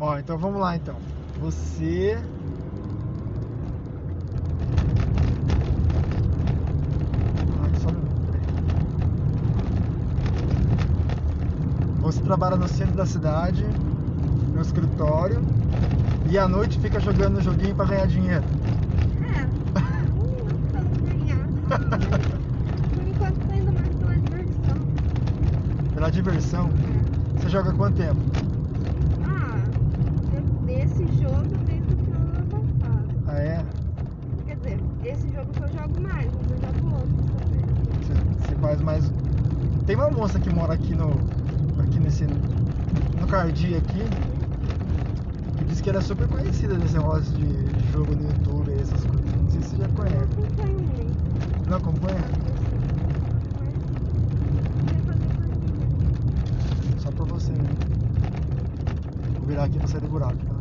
Ó, então vamos lá então. Você... Ai, só um minuto, peraí. Você trabalha no centro da cidade, no escritório, e à noite fica jogando joguinho pra ganhar dinheiro. Não ganhar. Por enquanto tô indo mais pela diversão. Pela diversão. Você joga há quanto tempo? Desse jogo desde o final do ano passado. Ah, é? Quer dizer, esse jogo que eu jogo mais, mas eu jogo outros também. Você faz mais... Tem uma moça que mora aqui no Cardi aqui, que diz que ela é super conhecida nesse negócio de jogo no YouTube e essas coisas. Não sei se você já Eu conhece. não acompanho muito. Não acompanha? Só pra você mesmo. Vou virar aqui pra sair do buraco, tá?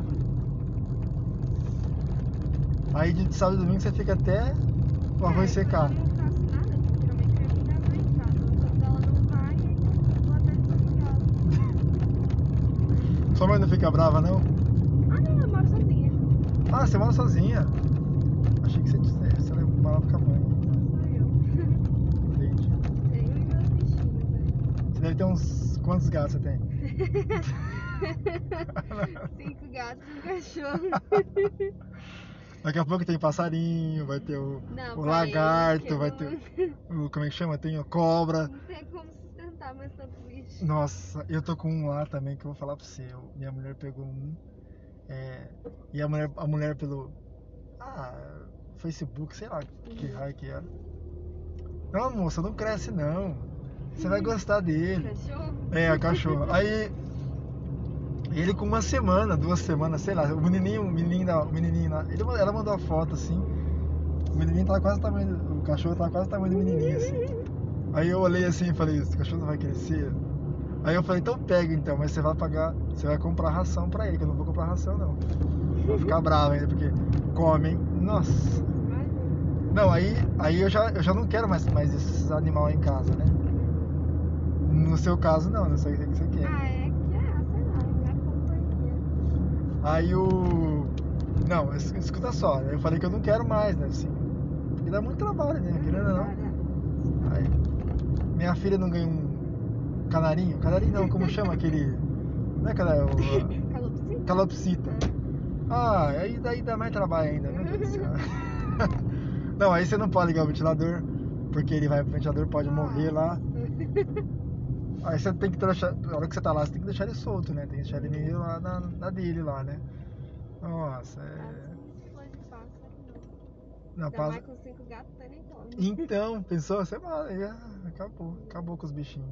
Aí de sábado e domingo você fica até o arroz secar. Eu não faço nada, geralmente minha amiga vai em casa. Quando ela não vai, aí eu vou até desligada. Sua mãe não fica brava, não? Não, eu moro sozinha. Ah, você mora sozinha? Achei que você morava com a mãe. Sou eu. Entendi. Eu e meus bichinhos, né? Você deve ter uns... Quantos gatos você tem? 5 gatos e um cachorro. Daqui a pouco tem passarinho, vai ter o Não, lagarto, vai ter o... Como é que chama? Tem a cobra. Não tem como sustentar mais tanto bicho. Nossa, eu tô com um lá também que eu vou falar pra você. Minha mulher pegou um. E a mulher pelo. Facebook, sei lá que raio que era. Não, moça, não cresce não. Você vai gostar dele. Cachorro? É, o cachorro. Aí. Ele com uma semana, 2 semanas, sei lá, o menininho lá, ela mandou a foto assim, o menininho tava quase o tamanho, o cachorro tava quase o tamanho do menininho assim. Aí eu olhei assim e falei, esse cachorro não vai crescer? Aí eu falei, então pega então, mas você vai comprar ração pra ele, que eu não vou comprar ração não. Vai ficar bravo ainda, porque comem, nossa. Não, aí eu já não quero mais esses animais em casa, né? No seu caso não, não sei o que você quer. Sei lá, minha companhia. Aí Não, escuta só, eu falei que eu não quero mais, né, assim. Porque dá muito trabalho, né, querendo ou não. Aí, minha filha não ganha um canarinho? Canarinho não, como chama aquele... Não é Calopsita? Calopsita. Aí daí dá mais trabalho ainda, meu Deus do céu. Não, aí você não pode ligar o ventilador, porque ele vai pro ventilador, pode morrer lá. Aí você tem que deixar, na hora que você tá lá, você tem que deixar ele solto, né? Tem que deixar ele meio lá na dele lá, né? Nossa, Flor de pássaro, não. Ainda mais com 5 gatos, tem nem como. Então, pensou? Você vai, já acabou com os bichinhos.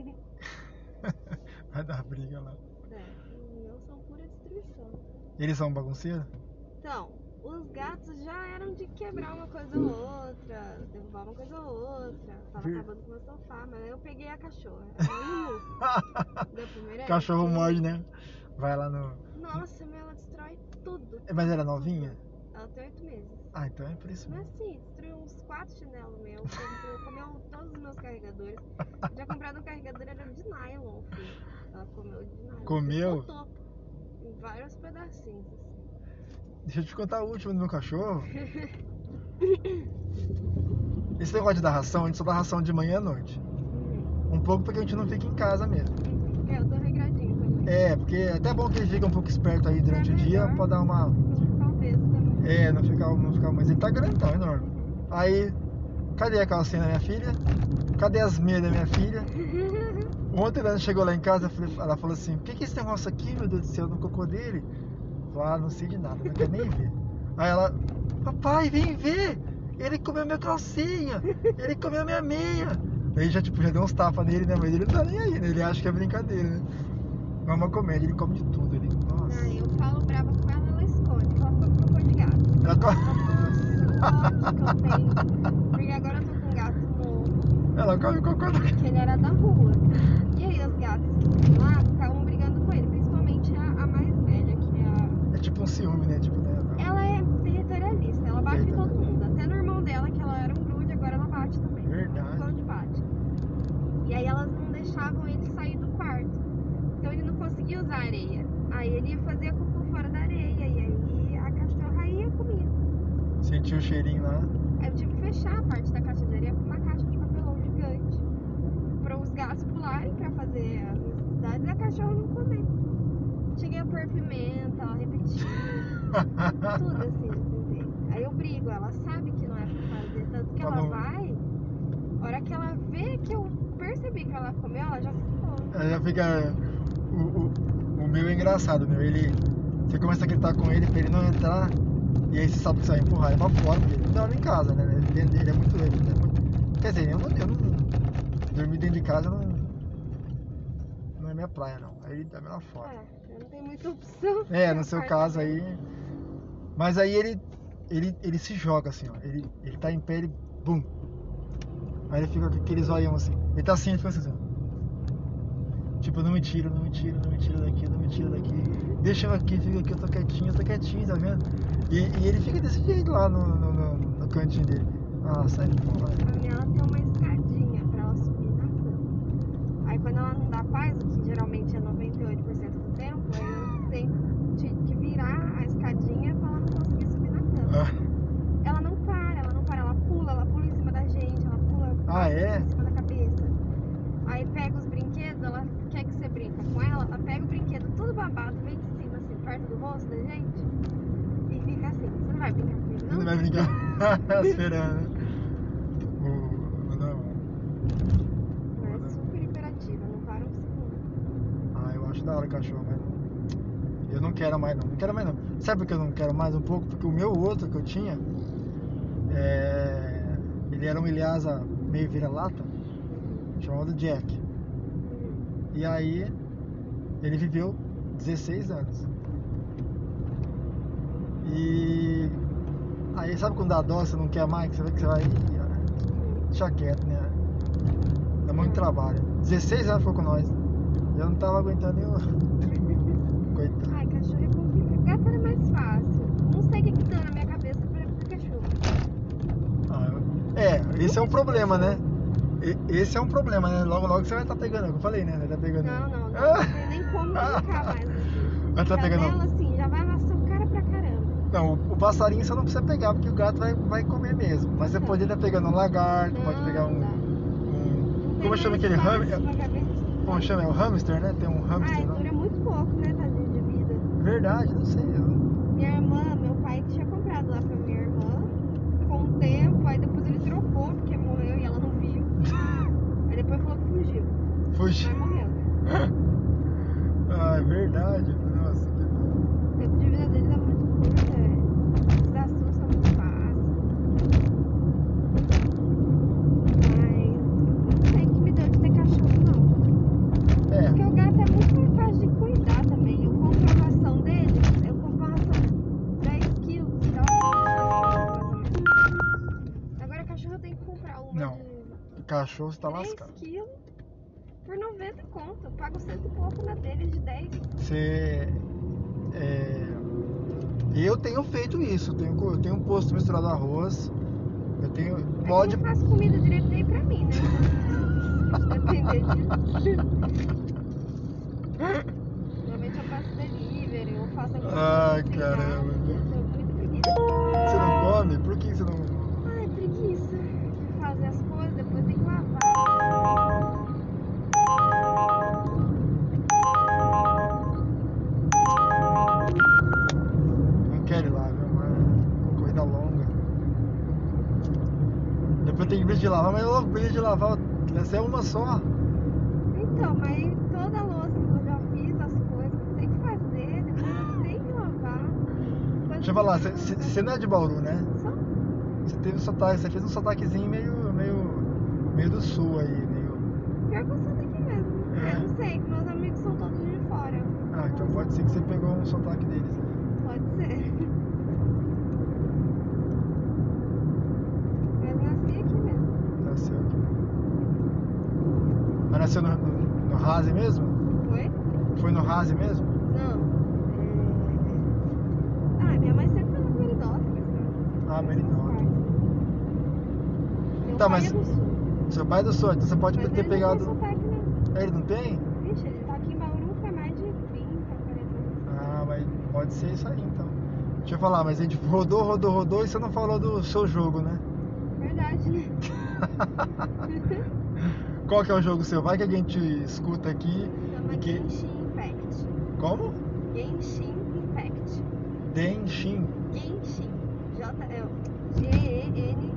Vai dar briga lá. Os meus são pura destruição. Eles são bagunceiros? Então, os gatos já eram de quebrar uma coisa ou outra, derrubar uma coisa ou outra. Tava acabando com o meu sofá, mas aí eu peguei a cachorra. Da primeira Cachorro época. morde, né? Vai lá no... Nossa, ela destrói tudo. Mas ela é novinha? Ela tem 8 meses. Então é por isso Mas mesmo. assim, destruiu uns 4 chinelos meus, comeu todos os meus carregadores. Eu tinha comprado um carregador, era de nylon, filho. Ela comeu de nylon. Comeu? Picotou em vários pedacinhos, assim. Deixa eu te contar o último do meu cachorro. Esse negócio de dar ração, a gente só dá ração de manhã e à noite. Um pouco porque a gente não fica em casa mesmo. Eu tô regradinho também. Porque é até bom que ele fica um pouco esperto aí durante o dia pra dar uma... Não ficar obeso também. Não ficar... Mas ele tá grandão, enorme. Aí, cadê a calcinha da minha filha? Cadê as meias da minha filha? Ontem ela chegou lá em casa, ela falou assim, o que é esse negócio aqui, meu Deus do céu, no cocô dele? Eu falei, não sei de nada, não quero nem ver. Aí ela, papai, vem ver! Ele comeu minha calcinha! Ele comeu minha meia! Aí já deu uns tapas nele, né? Mas ele não tá nem aí, né? Ele acha que é brincadeira, né? Não é uma comédia, ele come de tudo. Nossa. Eu falo brava com ela esconde. Ela come cocô de gato. Ela come... Nossa, que eu tenho. Porque agora eu tô com um gato novo. Ela come cocô do gato. Que ele era da rua. E aí os gatos que estavam lá ficavam brigando com ele. Principalmente a mais velha, que é a... É tipo um ciúme, né? Ela é territorialista. Ela bate em todo mundo. Até no irmão dela, que ela era um grude, agora ela bate também. Verdade. Onde bate. E aí elas não deixavam ele sair do quarto. Então ele não conseguia usar areia. Aí ele fazia cocô Sentiu o cheirinho lá. Aí eu tive que fechar a parte da caixa de areia com uma caixa de papelão gigante. Para os gatos pularem pra fazer as necessidades e a cachorra não comer. Cheguei a pôr pimenta, ela repetiu. Tudo assim, entendeu? Aí eu brigo, ela sabe que não é pra fazer. Tanto que Tá ela bom. vai, a hora que ela vê que eu percebi que ela comeu, ela já ficou. Aí já fica. O meu é engraçado, meu. Você começa a gritar com ele pra ele não entrar. E aí você sabe que você vai empurrar ele pra fora, porque ele não dorme em casa, né? Ele é muito. Quer dizer, eu não dormir dentro de casa não é minha praia, não. Aí ele dorme lá fora. Eu não tenho muita opção. No seu caso aí. Mas aí ele se joga assim, ó. Ele tá em pé, ele. Bum! Aí ele fica com aqueles zoião assim. Ele tá assim, ele fica assim, ó. Tipo, não me tira daqui, não me tira daqui. Deixa eu aqui, fica aqui, eu tô quietinho, tá vendo? E ele fica desse jeito lá no cantinho dele. Ah, sai fora. A minha ela tem uma escadinha pra ela subir na cama. Aí quando ela não dá paz, o que geralmente é 98% do tempo, aí eu tenho que virar a escadinha pra ela não conseguir subir na cama. Ela não para, ela pula em cima da gente, ela pula em cima da cabeça. Aí pega os brinquedos, ela quer que você brinca com ela pega o brinquedo tudo babado, vem de cima assim, perto do rosto da gente e fica assim, você não vai brincar comigo não? Não vai brincar, esperando. Não. Ela é super imperativa, não para um segundo. Eu acho da hora o cachorro, mas eu não quero mais não. Sabe por que eu não quero mais um pouco? Porque o meu outro que eu tinha, ele era um Lhasa meio vira-lata, chamado Jack. E aí ele viveu 16 anos. E aí sabe quando dá dó, você não quer mais, que você vê que você vai deixa quieto, né? Dá muito trabalho. 16 anos foi com nós. Eu não tava aguentando nenhum. Coitado. Ai, cachorro é complicado. Gato era mais fácil. Não sei o que tá na minha cabeça pra cachorro. Esse é um problema, né? Esse é um problema, né? Logo você vai estar pegando, eu falei, né? Vai estar pegando. Não tem nem como brincar mais. Vai estar pegando. Ela assim, já vai amassar o cara pra caramba. Não, o passarinho você não precisa pegar, porque o gato vai comer mesmo. Mas você pode estar pegando um lagarto, pode pegar como chama aquele hamster? Como chama? É o hamster, né? Tem um hamster. Dura muito pouco, né, tadinho de vida. Verdade, não sei. Minha irmã, meu pai tinha comprado lá pra minha irmã. Com o tempo, aí depois ele trocou, porque morreu e ela não viu. Aí depois falou que fugiu. Fugiu. Mas morreu. É verdade. Nossa, que dó. O tempo de vida deles é muito curto, eles assustam muito fácil. Mas não sei que me deu de ter cachorro, não. Porque o gato é muito mais fácil de cuidar também. Eu compro a ração dele, eu compro uma ração 10 quilos, dá Agora cachorro eu tenho que comprar uma Não. de Cachorro você tá 3 lascado. quilos por 90 conto. Eu pago 100 e pouco na dele de 10. Eu tenho feito isso. Eu tenho um posto misturado a arroz. Eu tenho. Pode. Eu não faço comida direito nem pra mim, né? Depender disso. Normalmente eu faço delivery, eu faço alguma coisa. Ai, assim, caramba. Eu tenho muita preguiça. Você não come? Por que você não. Ai, preguiça de fazer as coisas, depois tem que lavar. Não quero ir lá, viu? Uma corrida longa. Depois tem que brilho de lavar, mas eu brilho de lavar essa é uma só. Então, mas toda a louça que eu já fiz, as coisas, tem que fazer, depois eu tenho que lavar. Deixa eu falar, você não é de Bauru, né? Só? Você teve um sotaque, você fez um sotaquezinho meio do sul aí, meio. Pior que eu sou daqui mesmo. Não sei, que meus amigos são todos de fora. Então pode ser que você pegou um sotaque deles. Pode ser. Mas nasci aqui mesmo. Nasceu aqui. Mas nasceu no Rase mesmo? Foi? Foi no Rase mesmo? Não. Minha mãe sempre foi na Meridópolis. Meridópolis. Meu Tá, pai mas é do sul. seu pai é do sul, então você pode Mas ter ele pegado. não tem sotaque, não. Ele não tem? Vixe, ele tá aqui em Bauru faz mais de 30, 40 anos. Mas pode ser isso aí então. Deixa eu falar, mas a gente rodou e você não falou do seu jogo, né? Verdade, né? Qual que é o jogo seu? Vai que alguém te escuta aqui. Chama Que... Genshin Impact. Como? Genshin Impact. Denshin. Genshin. Genshin.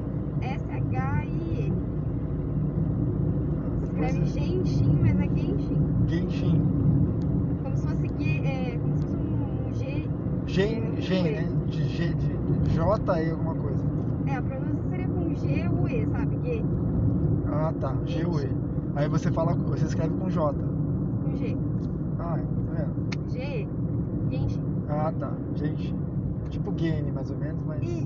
Escreve Genshin, mas é Genshin. Genshin. Como se fosse um G. Gen, né? De G, de J e alguma coisa. É, a pronúncia seria com G ou E, sabe? G. Ah, tá. G ou E. Aí você escreve com J. Com G. Ah, tá vendo? G. Genshin. Ah, tá. Genshin. Tipo Gene, mais ou menos, mas... Isso.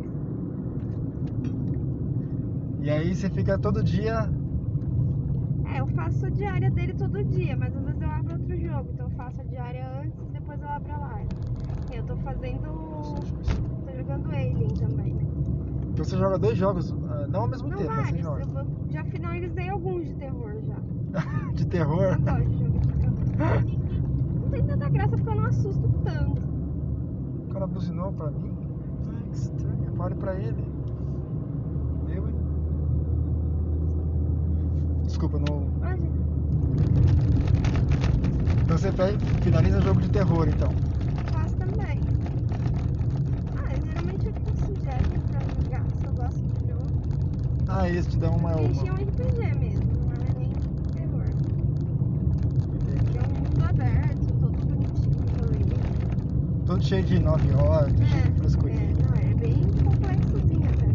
E aí você fica todo dia... É, eu faço a diária dele todo dia, mas às vezes eu abro outro jogo. Então eu faço a diária antes e depois eu abro a live. Eu tô jogando Alien também, né? Então você joga 2 jogos, não ao mesmo Não, tempo, mas você vários. joga. Eu já finalizei alguns de terror já. De terror? Eu gosto de jogo de terror. Não tem tanta graça porque eu não assusto tanto. O cara buzinou pra mim? Ah, que estranho. Fale pra ele. Eu, hein? Desculpa, não... Imagina. Então você finaliza jogo de terror, então. Faço também. Geralmente eu sugere pra jogar, se eu gosto de jogo. Ah, esse te dá uma... Genshin é um RPG mesmo, não é nem terror. Entendi. É um mundo aberto, todo bonitinho, colorido. Todo cheio de 9 horas, de frescurinha. Não, é bem complexozinho até.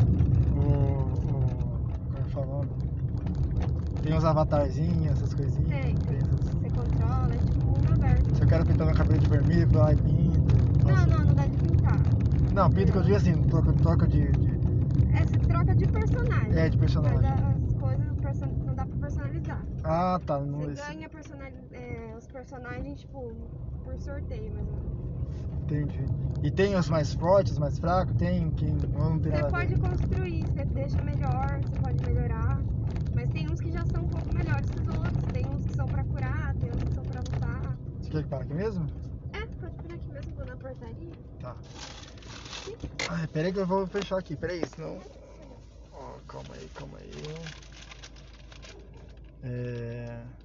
Como é que fala o nome? Tem uns avatarzinhos, essas coisinhas. Tem. Essas... Você controla, é tipo mundo aberto. Se eu quero pintar meu cabelo de vermelho, vou lá e pinto. Não dá de pintar. Não, pinto que eu digo assim, troca de... Você troca de personagem. É, de personagem. Mas as coisas não dá pra personalizar. Ah, tá. Não... Você ganha os personagens, tipo, por sorteio, mais ou menos. Entendi. E tem os mais fortes, mais fracos? Tem que não tem nada Você a ver? pode construir, você deixa melhor, você pode melhorar. Mas tem uns que já são um pouco melhores que os outros. Tem uns que são pra curar, tem uns que são pra lutar. Você quer que para aqui mesmo? Pode parar aqui mesmo, vou na portaria. Tá. Ai, peraí que eu vou fechar aqui, peraí, senão... Ó, calma aí.